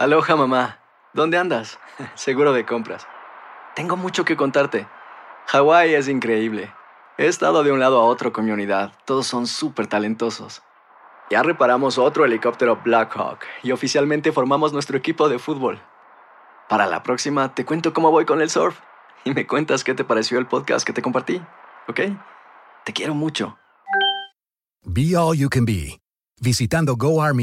Aloha, mamá. ¿Dónde andas? Seguro de compras. Tengo mucho que contarte. Hawái es increíble. He estado de un lado a otro con mi unidad. Todos son súper talentosos. Ya reparamos otro helicóptero Blackhawk y oficialmente formamos nuestro equipo de fútbol. Para la próxima te cuento cómo voy con el surf y me cuentas qué te pareció el podcast que te compartí, ¿ok? Te quiero mucho. Be All You Can Be, visitando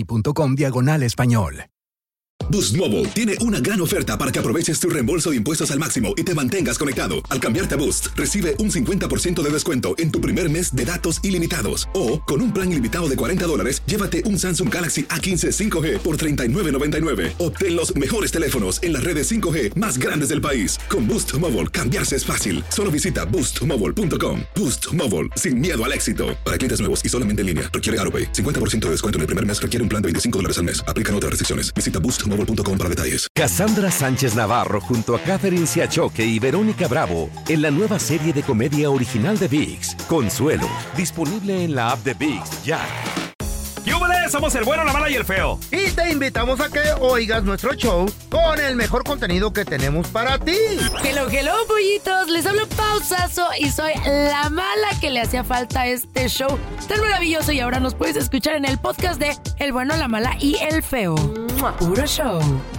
goarmy.com/español. Boost Mobile tiene una gran oferta para que aproveches tu reembolso de impuestos al máximo y te mantengas conectado. Al cambiarte a Boost, recibe un 50% de descuento en tu primer mes de datos ilimitados. O, con un plan ilimitado de $40, llévate un Samsung Galaxy A15 5G por $39.99. Obtén los mejores teléfonos en las redes 5G más grandes del país. Con Boost Mobile, cambiarse es fácil. Solo visita boostmobile.com. Boost Mobile, sin miedo al éxito. Para clientes nuevos y solamente en línea, requiere AutoPay. 50% de descuento en el primer mes requiere un plan de $25 al mes. Aplican otras restricciones. Visita boostmobile.com para detalles. Cassandra Sánchez Navarro junto a Catherine Siachoque y Verónica Bravo en la nueva serie de comedia original de ViX, Consuelo, disponible en la app de ViX ya. ¡Yúbele! Somos el bueno, la mala y el feo. Y te invitamos a que oigas nuestro show con el mejor contenido que tenemos para ti. Hello, hello, pollitos. Les hablo Pausazo y soy la mala que le hacía falta a este show tan maravilloso. Y ahora nos puedes escuchar en el podcast de El bueno, la mala y el feo. Puro show.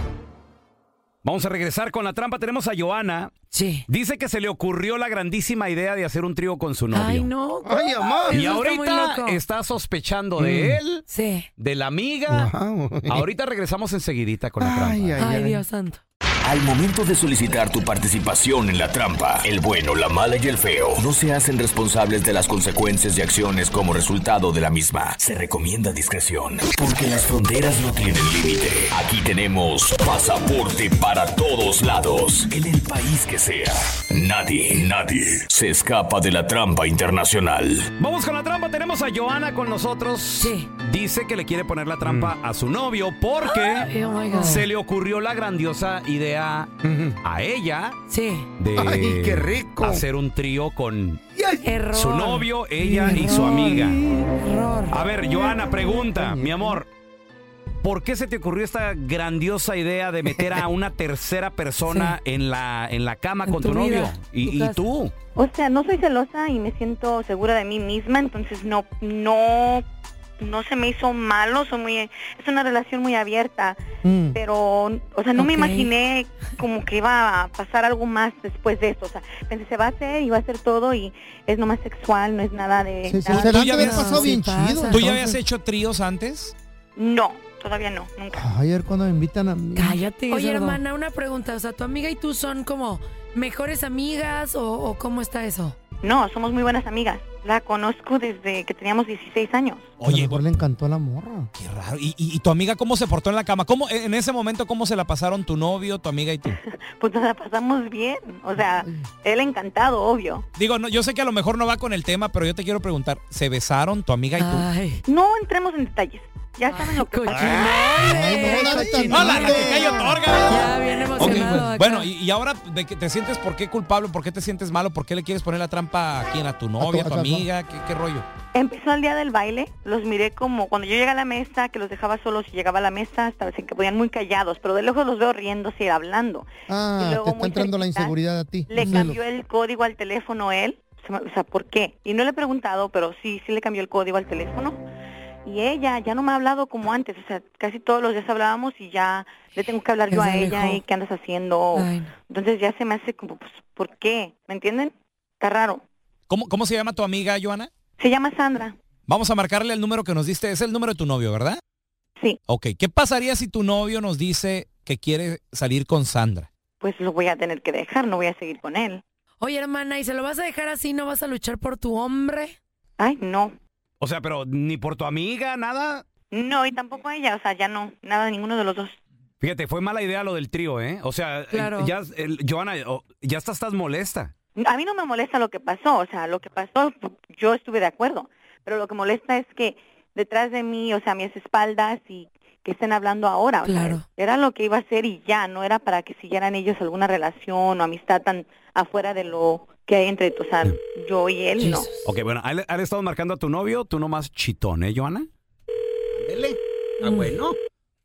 Vamos a regresar con la trampa. Tenemos a Joana. Sí. Dice que se le ocurrió la grandísima idea de hacer un trío con su novio. Ay, no. Ay, amor. Y ahorita está sospechando de él, Sí. de la amiga. Wow. Ahorita regresamos enseguidita con la trampa. Ay, Dios santo. Al momento de solicitar tu participación en la trampa, el bueno, la mala y el feo no se hacen responsables de las consecuencias y acciones como resultado de la misma. Se recomienda discreción, porque las fronteras no tienen límite. Aquí tenemos pasaporte para todos lados, en el país que sea. Nadie se escapa de la trampa internacional. Vamos con la trampa. Tenemos a Joana con nosotros. Sí. Dice que le quiere poner la trampa a su novio porque Oh my God. se le ocurrió la grandiosa idea a ella Sí. de Ay, qué rico. hacer un trío con Error. su novio, ella y su amiga. Error. A ver, Joana, pregunta, mi amor, ¿por qué se te ocurrió esta grandiosa idea de meter a una tercera persona en la cama En con tu tu novio? vida, ¿Y tu casa. tú? O sea, no soy celosa y me siento segura de mí misma, entonces no se me hizo malo, es una relación muy abierta, pero, o sea, no me Ok. imaginé como que iba a pasar algo más después de esto, o sea, pensé, se va a hacer y va a ser todo y es nomás sexual, no es nada de... Sí, nada- se la han de ya haber habías- pasado sí bien pasa. chido. ¿Tú ya entonces. habías hecho tríos antes? No, todavía no, nunca. Ayer cuando me invitan a mí. Cállate. Oye, Cerdo. hermana, una pregunta. O sea, ¿tu amiga y tú son como mejores amigas o cómo está eso? No, somos muy buenas amigas, la conozco desde que teníamos 16 años. A lo Oye, mejor le encantó a la morra. qué raro. ¿Y tu amiga cómo se portó en la cama? ¿Cómo, en ese momento, cómo se la pasaron tu novio, tu amiga y tú? Pues nos la pasamos bien, o sea, él encantado, obvio. Digo, no, yo sé que a lo mejor no va con el tema, pero yo te quiero preguntar, ¿se besaron tu amiga y tú? Ay. No entremos en detalles, ya saben lo que pasa. Ay, no, dale tan ¡Hola, duro. que cayó otorga! Ya, bien Ok, emocionado acá. bueno, y ahora de que te sientes, ¿por qué culpable? ¿Por qué te sientes malo? ¿Por qué le quieres poner la trampa a quién? ¿A tu novia, a tu amiga? ¿Qué rollo? Empezó el día del baile, los miré como cuando yo llegué a la mesa, que los dejaba solos y llegaba a la mesa, hasta se que ponían muy callados, pero de lejos los veo riéndose y hablando. Ah, Y luego te está muy entrando la cerquita, inseguridad a ti. Le Sí. cambió el código al teléfono él, o sea, ¿por qué? Y no le he preguntado, pero sí le cambió el código al teléfono. Y ella ya no me ha hablado como antes, o sea, casi todos los días hablábamos y ya le tengo que hablar yo Se a ella alejó. y qué andas haciendo. Ay, no. Entonces ya se me hace como, pues, ¿por qué? ¿Me entienden? Está raro. ¿Cómo se llama tu amiga, Joana? Se llama Sandra. Vamos a marcarle el número que nos diste. Es el número de tu novio, ¿verdad? Sí. Ok, ¿qué pasaría si tu novio nos dice que quiere salir con Sandra? Pues lo voy a tener que dejar, no voy a seguir con él. Oye, hermana, ¿y se lo vas a dejar así? ¿No vas a luchar por tu hombre? Ay, no. O sea, pero ni por tu amiga, nada. No, y tampoco ella, o sea, ya no, nada, ninguno de los dos. Fíjate, fue mala idea lo del trío, ¿eh? O sea, Claro. Joana, ya estás molesta. A mí no me molesta lo que pasó, o sea, lo que pasó, yo estuve de acuerdo, pero lo que molesta es que detrás de mí, o sea, a mis espaldas y que estén hablando ahora, o Claro. sea, era lo que iba a hacer y ya, no era para que siguieran ellos alguna relación o amistad tan afuera de lo que hay entre, o sea, yo y él, no. Jesus. Ok, bueno, ¿han estado marcando a tu novio? Tú nomás chitón, ¿eh, Joana? Dele. Está bueno.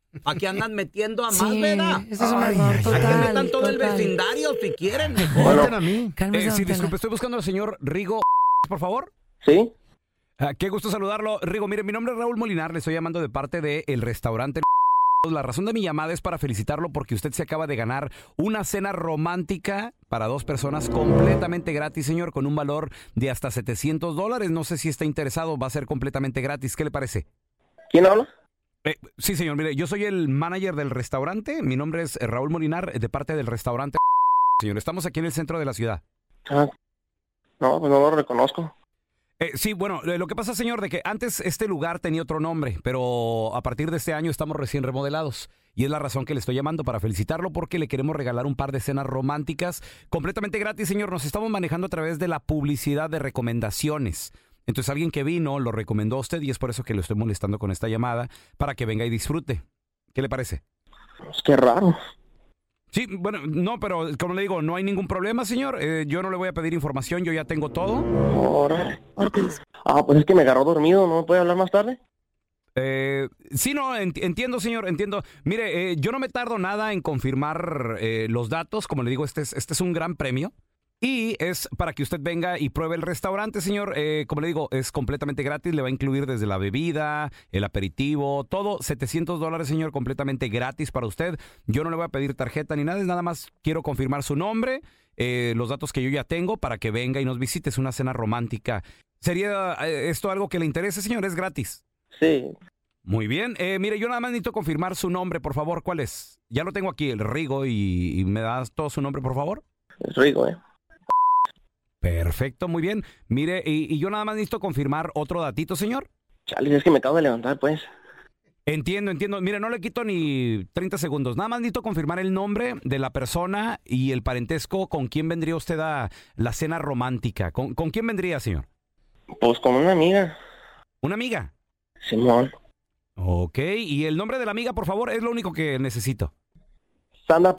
Aquí andan metiendo a más, Sí, ¿verdad? ese es un error Aquí total. metan todo el total. vecindario si quieren. Bueno, a mí. Cálmese, Sí, don Tela. disculpe, estoy buscando al señor Rigo, por favor. Sí. Qué gusto saludarlo. Rigo, mire, mi nombre es Raúl Molinar, le estoy llamando de parte del restaurante. La razón de mi llamada es para felicitarlo porque usted se acaba de ganar una cena romántica para 2 personas completamente gratis, señor, con un valor de hasta $700. No sé si está interesado, va a ser completamente gratis. ¿Qué le parece? ¿Quién habla? Sí, señor, mire, yo soy el manager del restaurante. Mi nombre es Raúl Molinar, de parte del restaurante. Señor, estamos aquí en el centro de la ciudad. Ah, no, pues no lo reconozco. Sí, bueno, lo que pasa, señor, de que antes este lugar tenía otro nombre, pero a partir de este año estamos recién remodelados. Y es la razón que le estoy llamando para felicitarlo porque le queremos regalar un par de cenas románticas completamente gratis, señor. Nos estamos manejando a través de la publicidad de recomendaciones. Entonces alguien que vino lo recomendó a usted y es por eso que lo estoy molestando con esta llamada para que venga y disfrute. ¿Qué le parece? Pues qué raro. Sí, bueno, no, pero como le digo, no hay ningún problema, señor. Yo no le voy a pedir información, yo ya tengo todo. Órale. Ah, pues es que me agarró dormido, ¿no me puede hablar más tarde? Sí, no, entiendo, señor, entiendo. Mire, yo no me tardo nada en confirmar los datos. Como le digo, este es un gran premio. Y es para que usted venga y pruebe el restaurante, señor. Como le digo, es completamente gratis. Le va a incluir desde la bebida, el aperitivo, todo. $700, señor, completamente gratis para usted. Yo no le voy a pedir tarjeta ni nada. Es nada más quiero confirmar su nombre, los datos que yo ya tengo para que venga y nos visite. Es una cena romántica. ¿Sería esto algo que le interese, señor? Es gratis. Sí. Muy bien. Mire, yo nada más necesito confirmar su nombre, por favor. ¿Cuál es? Ya lo tengo aquí, el Rigo, y me das todo su nombre, por favor. Es Rigo, Perfecto, muy bien. Mire, y yo nada más necesito confirmar otro datito, señor. Chale, es que me acabo de levantar, pues. Entiendo. Mire, no le quito ni 30 segundos. Nada más necesito confirmar el nombre de la persona y el parentesco. ¿Con quién vendría usted a la cena romántica? ¿Con quién vendría, señor? Pues con una amiga. ¿Una amiga? Simón. Ok, y el nombre de la amiga, por favor, es lo único que necesito. Sandra.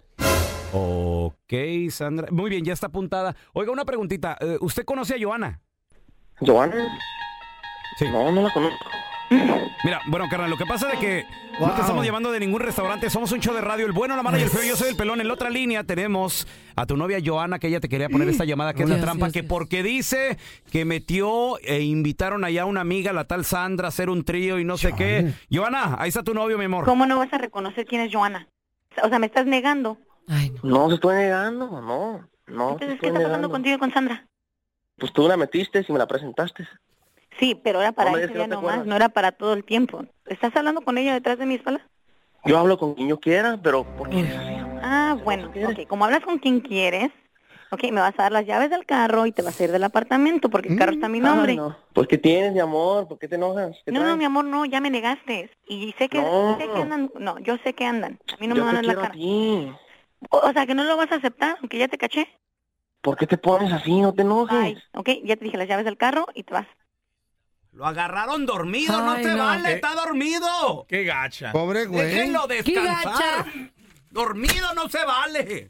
Ok, Sandra. Muy bien, ya está apuntada. Oiga, una preguntita. ¿Usted conoce a Joana? ¿Joana? Sí. No, no la conozco. Mira, bueno, carnal, lo que pasa es que no te estamos llamando de ningún restaurante. Somos un show de radio, el bueno, la mala y el feo. Yo soy el pelón. En la otra línea tenemos a tu novia Joana, que ella te quería poner esta llamada, que es la trampa, que porque dice que metió e invitaron allá a una amiga, la tal Sandra, a hacer un trío y no sé qué. Joana, ahí está tu novio, mi amor. ¿Cómo no vas a reconocer quién es Joana? O sea, me estás negando. Ay, No, se estoy negando, no. Entonces, ¿qué está pasando contigo y con Sandra? Pues tú la metiste y me la presentaste. Sí, pero era para No me ese digas que día no te nomás, acuerdas. no era para todo el tiempo. ¿Estás hablando con ella detrás de mi espalda? Yo hablo con quien yo quiera, pero ¿por qué eres así? Ah, bueno, ok, como hablas con quien quieres, ok, me vas a dar las llaves del carro y te vas a ir del apartamento porque el carro está a mi nombre. No. Pues ¿qué tienes, mi amor? ¿Por qué te enojas? ¿Qué No, traes? mi amor, no, ya me negaste. Y sé que, No. sé que andan, no, yo sé que andan. A mí no Yo me van te a dar la quiero a cara. ti. O sea, que no lo vas a aceptar, aunque ya te caché. ¿Por qué te pones así? No te enojes. Ay, ok, ya te dije las llaves del carro y te vas. Lo agarraron dormido, Ay, no se no. vale, está dormido. Qué gacha. Pobre güey. Déjenlo ¡Qué descansar. gacha! Dormido no se vale.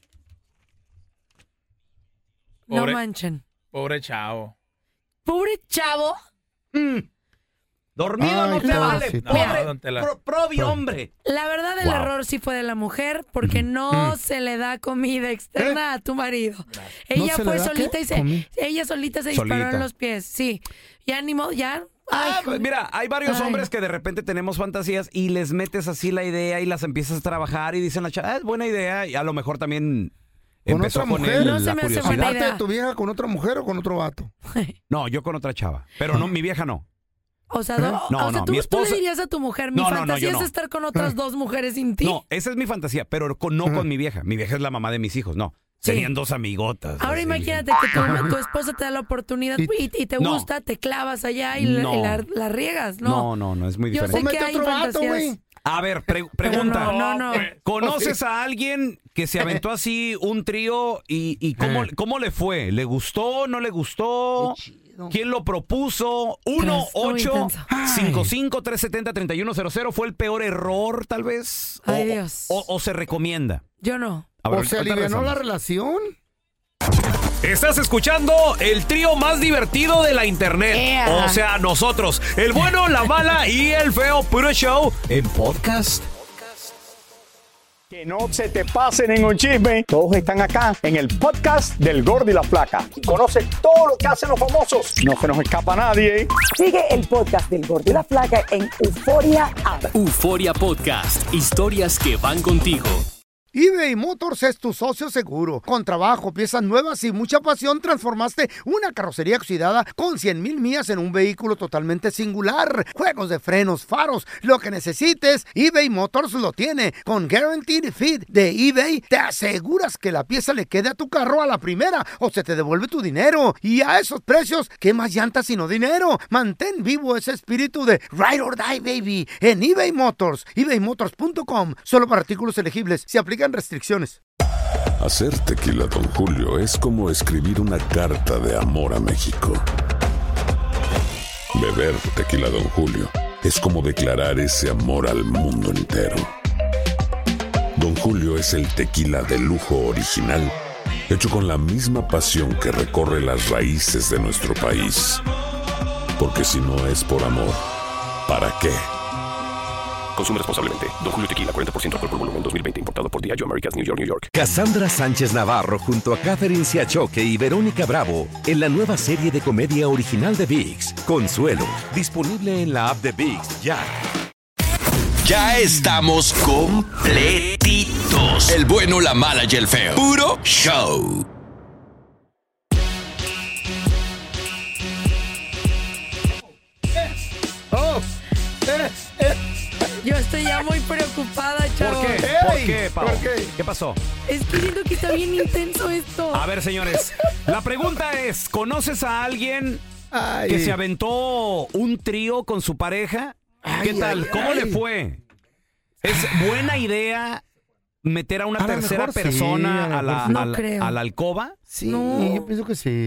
no Pobre- manchen. Pobre chavo. Pobre chavo. Dormido Ay, no se vale. pobrecito. Pobre No, don Tela. propio hombre. La verdad, el error sí fue de la mujer porque no se le da comida externa a tu marido. Ella se le fue da solita qué? y ella solita se disparó Solita. en los pies. Sí. Ya ni modo, ya. Ah, Ay, mira, hay varios Ay. hombres que de repente tenemos fantasías y les metes así la idea y las empiezas a trabajar y dicen la chava, es buena idea, y a lo mejor también ¿Con empezó otra con mujer? él No se la me hace curiosidad. buena Aparte idea. de tu vieja, ¿con otra mujer o con otro vato? No, yo con otra chava, pero no, mi vieja no. O sea, No, tú, mi tú esposa- le dirías a tu mujer, mi No, no, fantasía yo no. es estar con otras dos mujeres sin ti. No, esa es mi fantasía, pero no con mi vieja. Mi vieja es la mamá de mis hijos, no. Sí. Serían dos amigotas. Ahora así. imagínate que tu esposa te da la oportunidad y te No. gusta, te clavas allá y, No. la riegas, ¿no? No, es muy Yo diferente. sé que hay otro vato, fantasías. güey. A ver, Pero pregunta. no. ¿Conoces a alguien que se aventó así un trío y cómo le fue? ¿Le gustó? ¿No le gustó? ¿Quién lo propuso? Estuvo intenso. 1-855-370-3100. ¿Fue el peor error, tal vez? Ay, Dios. ¿O se recomienda? Yo no. A ver, ¿O se ahorita alivianó la regresamos. relación? Estás escuchando el trío más divertido de la internet. Yeah. O sea, nosotros, el bueno, la mala y el feo, puro show en podcast. Que no se te pase ningún chisme. Todos están acá en el podcast del Gordo y la Flaca. Y conoce todo lo que hacen los famosos. No se nos escapa nadie. Sigue el podcast del Gordo y la Flaca en Euforia App. Euforia Podcast. Historias que van contigo. eBay Motors es tu socio seguro. Con trabajo, piezas nuevas y mucha pasión, transformaste una carrocería oxidada con 100,000 millas en un vehículo totalmente singular. Juegos de frenos, faros, lo que necesites, eBay Motors lo tiene. Con Guaranteed Fit de eBay, te aseguras que la pieza le quede a tu carro a la primera o se te devuelve tu dinero. Y a esos precios, ¿qué más llantas sino dinero? Mantén vivo ese espíritu de Ride or Die, baby, en eBay Motors. ebaymotors.com. Solo para artículos elegibles. Se aplican restricciones. Hacer tequila Don Julio es como escribir una carta de amor a México. Beber tequila Don Julio es como declarar ese amor al mundo entero. Don Julio es el tequila de lujo original, hecho con la misma pasión que recorre las raíces de nuestro país. Porque si no es por amor, ¿para qué? Consume responsablemente. Don Julio Tequila, 40% alcohol por volumen, 2020. Importado por Diageo Americas, New York, New York. Cassandra Sánchez Navarro junto a Catherine Siachoque y Verónica Bravo en la nueva serie de comedia original de ViX, Consuelo. Disponible en la app de ViX ya. Ya estamos completitos. El bueno, la mala y el feo. Puro show. Yo estoy ya muy preocupada, chavos. ¿Por qué? ¿Por qué, Pau? ¿Qué pasó? Es que siento que está bien intenso esto. A ver, señores, la pregunta es, ¿conoces a alguien que se aventó un trío con su pareja? ¿Qué tal? ¿Cómo le fue? ¿Es buena idea meter a una tercera persona a la alcoba? Sí, yo pienso que sí.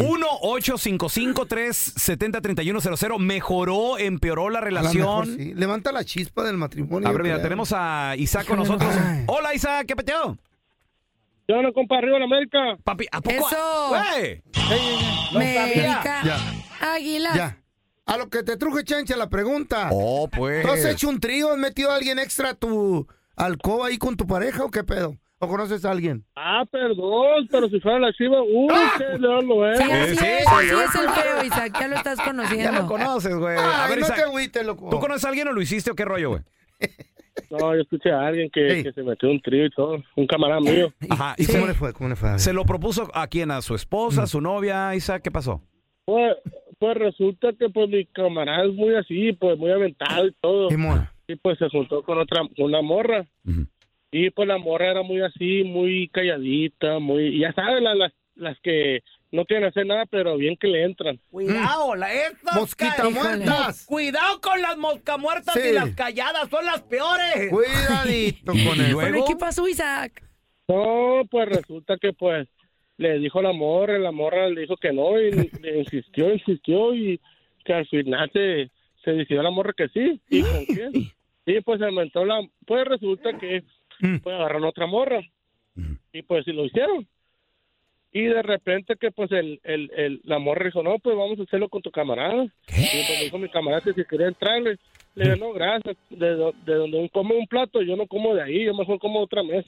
1-855-370-3100. ¿Mejoró, empeoró la relación? Sí. Levanta la chispa del matrimonio. A ver, mira, tenemos a Isaac con nosotros. Hola, Isaac, ¿qué peteo? Yo no, compa, arriba la América. Papi, ¿a poco? ¡Eso! ¡Güey! América. Águila. Ya. A lo que te truje, Chancha, la pregunta. Oh, pues. ¿Tú has hecho un trío? ¿Has metido a alguien extra a tu alcoba ahí con tu pareja o qué pedo? ¿O conoces a alguien? Perdón, pero si fuera la Chiva, qué lo es. Sí, así es el feo, Isaac, ya lo estás conociendo. Ya lo conoces, güey. A ver, no Isaac, te agüites, loco. ¿tú conoces a alguien o lo hiciste o qué rollo, güey? No, yo escuché a alguien que se metió un trío y todo, un camarada mío. Ajá. ¿Y cómo le fue? ¿Cómo le fue? ¿Se lo propuso a quién? ¿A su esposa, a su novia? Isaac, ¿qué pasó? Pues resulta que pues mi camarada es muy así, pues muy aventado y todo. ¿Qué mora? Y pues se juntó con una morra. Uh-huh. Y pues la morra era muy así, muy calladita, muy... Ya sabes, las que no quieren hacer nada, pero bien que le entran. Cuidado, mosquitas muertas. Cuidado con las moscas muertas y las calladas, son las peores. Cuidadito con eso. Bueno, ¿qué pasó, Isaac? No, pues resulta que pues le dijo la morra le dijo que no y le insistió y que al final se decidió la morra que sí. ¿Y con quién? Y pues se inventó pues resulta que pues agarraron otra morra y pues sí lo hicieron. Y de repente que pues la morra dijo, no, pues vamos a hacerlo con tu camarada. ¿Qué? Y pues dijo mi camarada que si quería entrarle. Le dije, no, gracias. De donde uno come un plato, yo no como de ahí, yo mejor como de otra mesa.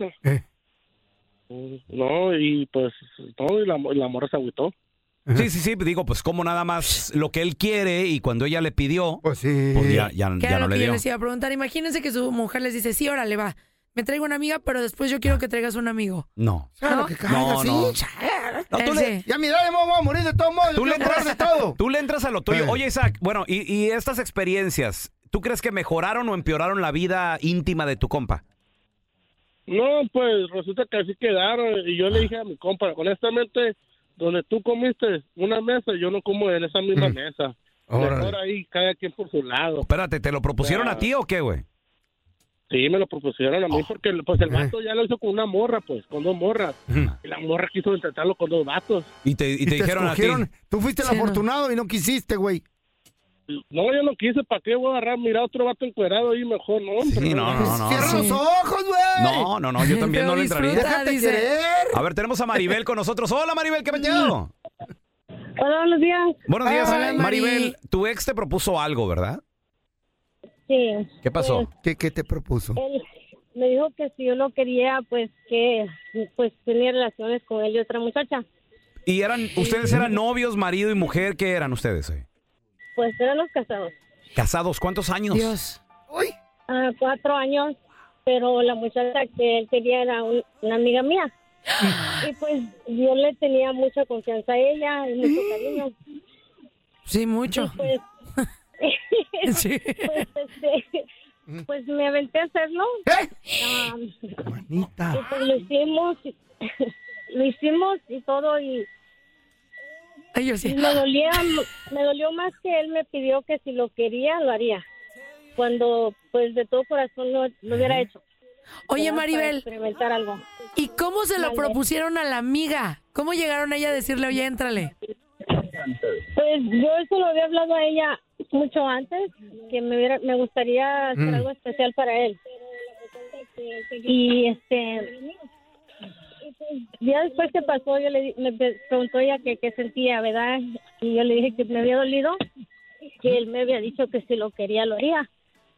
No, y pues no, y la morra se agüitó. Sí, digo, pues como nada más lo que él quiere y cuando ella le pidió, pues sí, pues ya no le dio. Yo les iba a preguntar, imagínense que su mujer les dice, sí, órale, va, me traigo una amiga, pero después yo quiero que traigas un amigo. No. ¿No? No. Ya mira, me voy a morir de todos modos. Tú le entras a lo tuyo. Oye, Isaac, bueno, y estas experiencias, ¿tú crees que mejoraron o empeoraron la vida íntima de tu compa? No, pues resulta que así quedaron y yo le dije a mi compa, honestamente, donde tú comiste una mesa, yo no como en esa misma mesa. Mejor ahí cada quien por su lado. Espérate, ¿te lo propusieron a ti o qué, güey? Sí, me lo propusieron a mí porque pues el vato ya lo hizo con una morra, pues, con dos morras. Y la morra quiso intentarlo con dos vatos. Y te dijeron a ti. Tú fuiste el afortunado y no quisiste, güey. No, yo no quise, ¿para qué voy a agarrar? Mira, otro vato encuerado ahí mejor, ¿no? Sí, no. Cierra los ojos, güey. No, yo también no le entraría. Déjate querer. A ver, tenemos a Maribel con nosotros. Hola, Maribel, ¿qué metido? Hola, buenos días. Buenos días, Hola, Maribel. Tu ex te propuso algo, ¿verdad? Sí. ¿Qué pasó? ¿Qué te propuso? me dijo que si yo lo quería, pues que pues tenía relaciones con él y otra muchacha. ¿Y ustedes eran novios, marido y mujer? ¿Qué eran ustedes? Pues eran los casados. ¿Casados? ¿Cuántos años? Dios. 4 años, pero la muchacha que él quería era una amiga mía. Y pues yo le tenía mucha confianza a ella y mucho cariño. Sí, mucho. Y pues, Sí. pues me aventé a hacerlo. Manita. Y pues lo hicimos y todo y Ay, yo sí. me dolió más que él me pidió que si lo quería lo haría. Cuando pues de todo corazón lo hubiera hecho. Oye, Era para Maribel, experimentar algo. ¿y cómo se lo propusieron a la amiga? ¿Cómo llegaron a ella a decirle, oye, éntrale? Pues yo eso lo había hablado a ella mucho antes, que me gustaría hacer algo especial para él. Y ya después que pasó, me preguntó ella qué sentía, ¿verdad? Y yo le dije que me había dolido, que él me había dicho que si lo quería lo haría.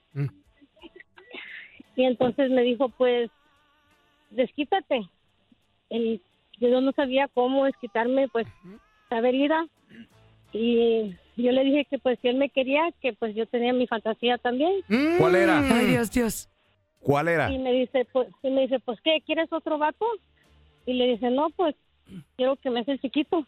Y entonces me dijo, pues, desquítate. Y yo no sabía cómo desquitarme, pues, esa herida. Y yo le dije que, pues, si él me quería, que, pues, yo tenía mi fantasía también. ¿Cuál era? Ay, Dios. ¿Cuál era? Y me dice, pues, ¿qué? ¿Quieres otro vato? Y le dice, no, pues, quiero que me hace el chiquito.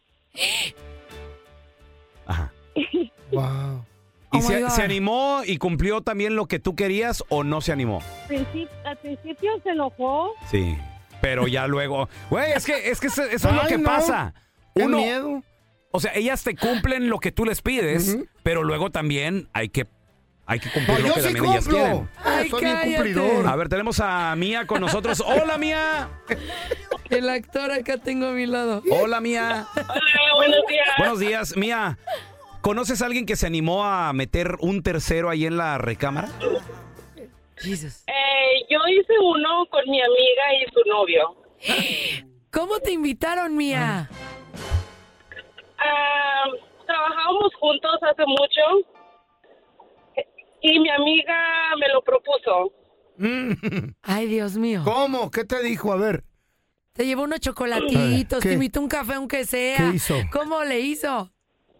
Ajá. Wow. ¿Y se animó y cumplió también lo que tú querías o no se animó? Al principio se enojó. Sí, pero ya luego... Güey, es que eso es lo que pasa. Qué miedo. O sea, ellas te cumplen lo que tú les pides, pero luego también hay que cumplir lo que también ellas quieren. Ay, soy bien cállate. cumplidor. A ver, tenemos a Mía con nosotros. ¡Hola, Mía! El actor acá tengo a mi lado. Hola, Mía. Hola, buenos días. Buenos días, Mía. ¿Conoces a alguien que se animó a meter un tercero ahí en la recámara? Jesus. Yo hice uno con mi amiga y su novio. ¿Cómo te invitaron, Mía? Trabajábamos juntos hace mucho y mi amiga me lo propuso. Ay, Dios mío. ¿Cómo? ¿Qué te dijo? A ver. Te llevó unos chocolatitos, ¿Qué? te invitó un café aunque sea. ¿Qué hizo? ¿Cómo le hizo?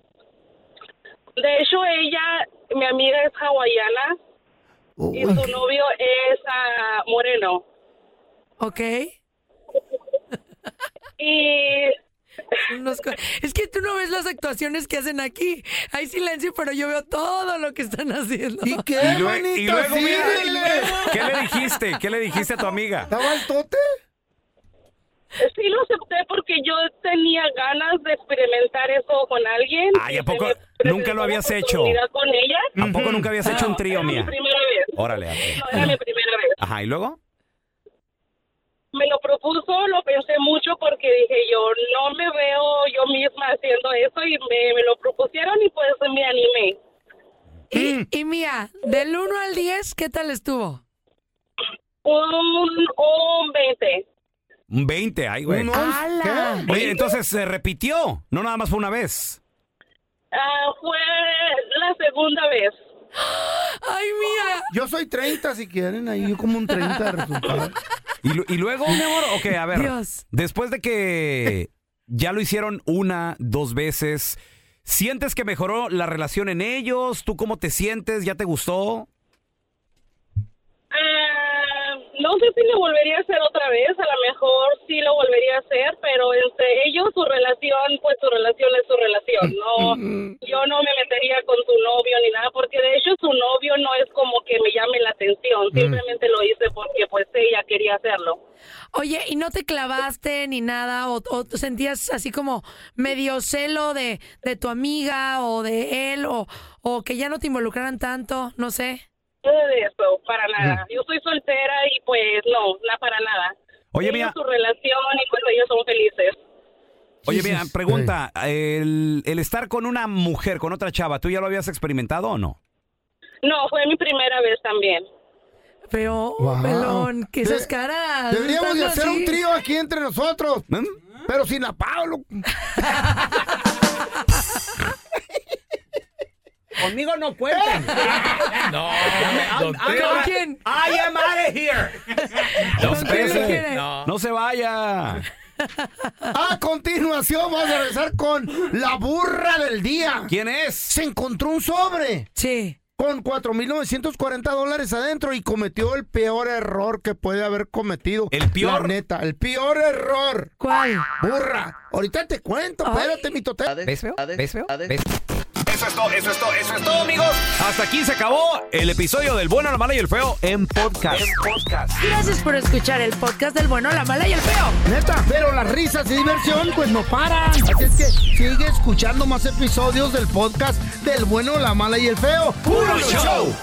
De hecho, mi amiga es hawaiana y su novio es moreno. Ok. Y es que tú no ves las actuaciones que hacen aquí. Hay silencio, pero yo veo todo lo que están haciendo. ¿Y qué, Y manita? luego, mira, Síguele. ¿qué le dijiste? ¿Qué le dijiste a tu amiga? ¿Estaba el tote? sí lo acepté porque yo tenía ganas de experimentar eso con alguien. Ay, ¿a poco nunca lo habías hecho? Con ella. ¿A poco nunca habías hecho un trío, Mía? Era mi primera vez. Órale. No, era mi primera vez. Ajá, ¿y luego? Me lo propuso, lo pensé mucho porque dije yo no me veo yo misma haciendo eso y me lo propusieron y pues me animé. Y Mía, del 1 al 10, ¿qué tal estuvo? Un 20. Un 20, ay, güey. ¡Hala! Oye, entonces se repitió, no nada más fue una vez. Fue la segunda vez. ¡Ay, Mía! Yo soy 30, si quieren, ahí yo como un 30 de resultado. ¿Y luego, mi amor? Ok, a ver. Dios. Después de que ya lo hicieron 1, 2 veces, ¿sientes que mejoró la relación en ellos? ¿Tú cómo te sientes? ¿Ya te gustó? No sé si lo volvería a hacer otra vez, a lo mejor sí lo volvería a hacer, pero entre ellos su relación, pues su relación es su relación. No, yo no me metería con su novio ni nada, porque de hecho su novio no es como que me llame la atención, simplemente lo hice porque pues ella quería hacerlo. Oye, ¿y no te clavaste ni nada? ¿O sentías así como medio celo de tu amiga o de él? ¿O que ya no te involucraran tanto? No sé. Nada de eso, para nada. Yo soy soltera y pues no para nada. Oye, ellos, Mía. su relación y pues ellos son felices. Oye, mira, pregunta, el estar con una mujer, con otra chava, ¿tú ya lo habías experimentado o no? No, fue mi primera vez también. Pero, pelón, que esas caras. Deberíamos de hacer así. un trío aquí entre nosotros, pero sin la Pablo. Conmigo no cuenten. No, ¿Con quién? I am out of here. No se vaya. A continuación vamos a regresar con la burra del día. ¿Quién es? Se encontró un sobre. Sí. Con $4,940 adentro y cometió el peor error que puede haber cometido. ¿El peor? La neta, el peor error. ¿Cuál? Burra. Ahorita te cuento, espérate, mi tote. ¿Ves feo? ¿Ves feo? ¿Ves? Eso es todo, amigos. Hasta aquí se acabó el episodio del Bueno, la Mala y el Feo en podcast. Gracias por escuchar el podcast del Bueno, la Mala y el Feo. Neta, pero las risas y diversión pues no paran. Así es que sigue escuchando más episodios del podcast del Bueno, la Mala y el Feo. ¡Puro show!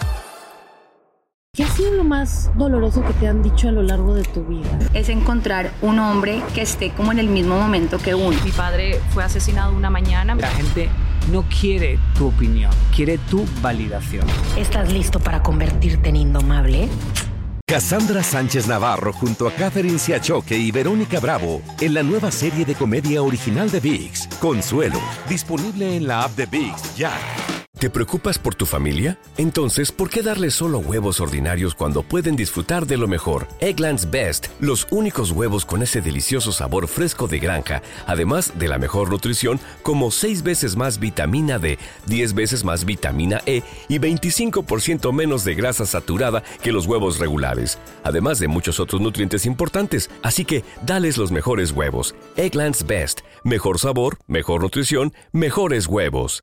¿Qué ha sido lo más doloroso que te han dicho a lo largo de tu vida? Es encontrar un hombre que esté como en el mismo momento que uno. Mi padre fue asesinado una mañana. La gente no quiere tu opinión, quiere tu validación. ¿Estás listo para convertirte en indomable? Cassandra Sánchez Navarro junto a Catherine Siachoque y Verónica Bravo en la nueva serie de comedia original de ViX, Consuelo, disponible en la app de ViX ya. ¿Te preocupas por tu familia? Entonces, ¿por qué darles solo huevos ordinarios cuando pueden disfrutar de lo mejor? Eggland's Best, los únicos huevos con ese delicioso sabor fresco de granja, además de la mejor nutrición, como 6 veces más vitamina D, 10 veces más vitamina E y 25% menos de grasa saturada que los huevos regulares, además de muchos otros nutrientes importantes. Así que, dales los mejores huevos. Eggland's Best, mejor sabor, mejor nutrición, mejores huevos.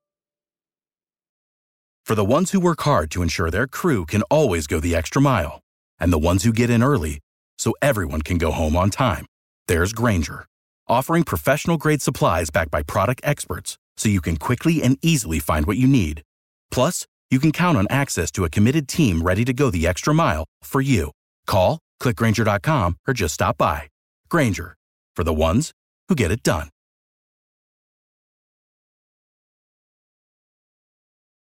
For the ones who work hard to ensure their crew can always go the extra mile, and the ones who get in early so everyone can go home on time, there's Grainger, offering professional-grade supplies backed by product experts so you can quickly and easily find what you need. Plus, you can count on access to a committed team ready to go the extra mile for you. Call, click Grainger.com, or just stop by. Grainger, for the ones who get it done.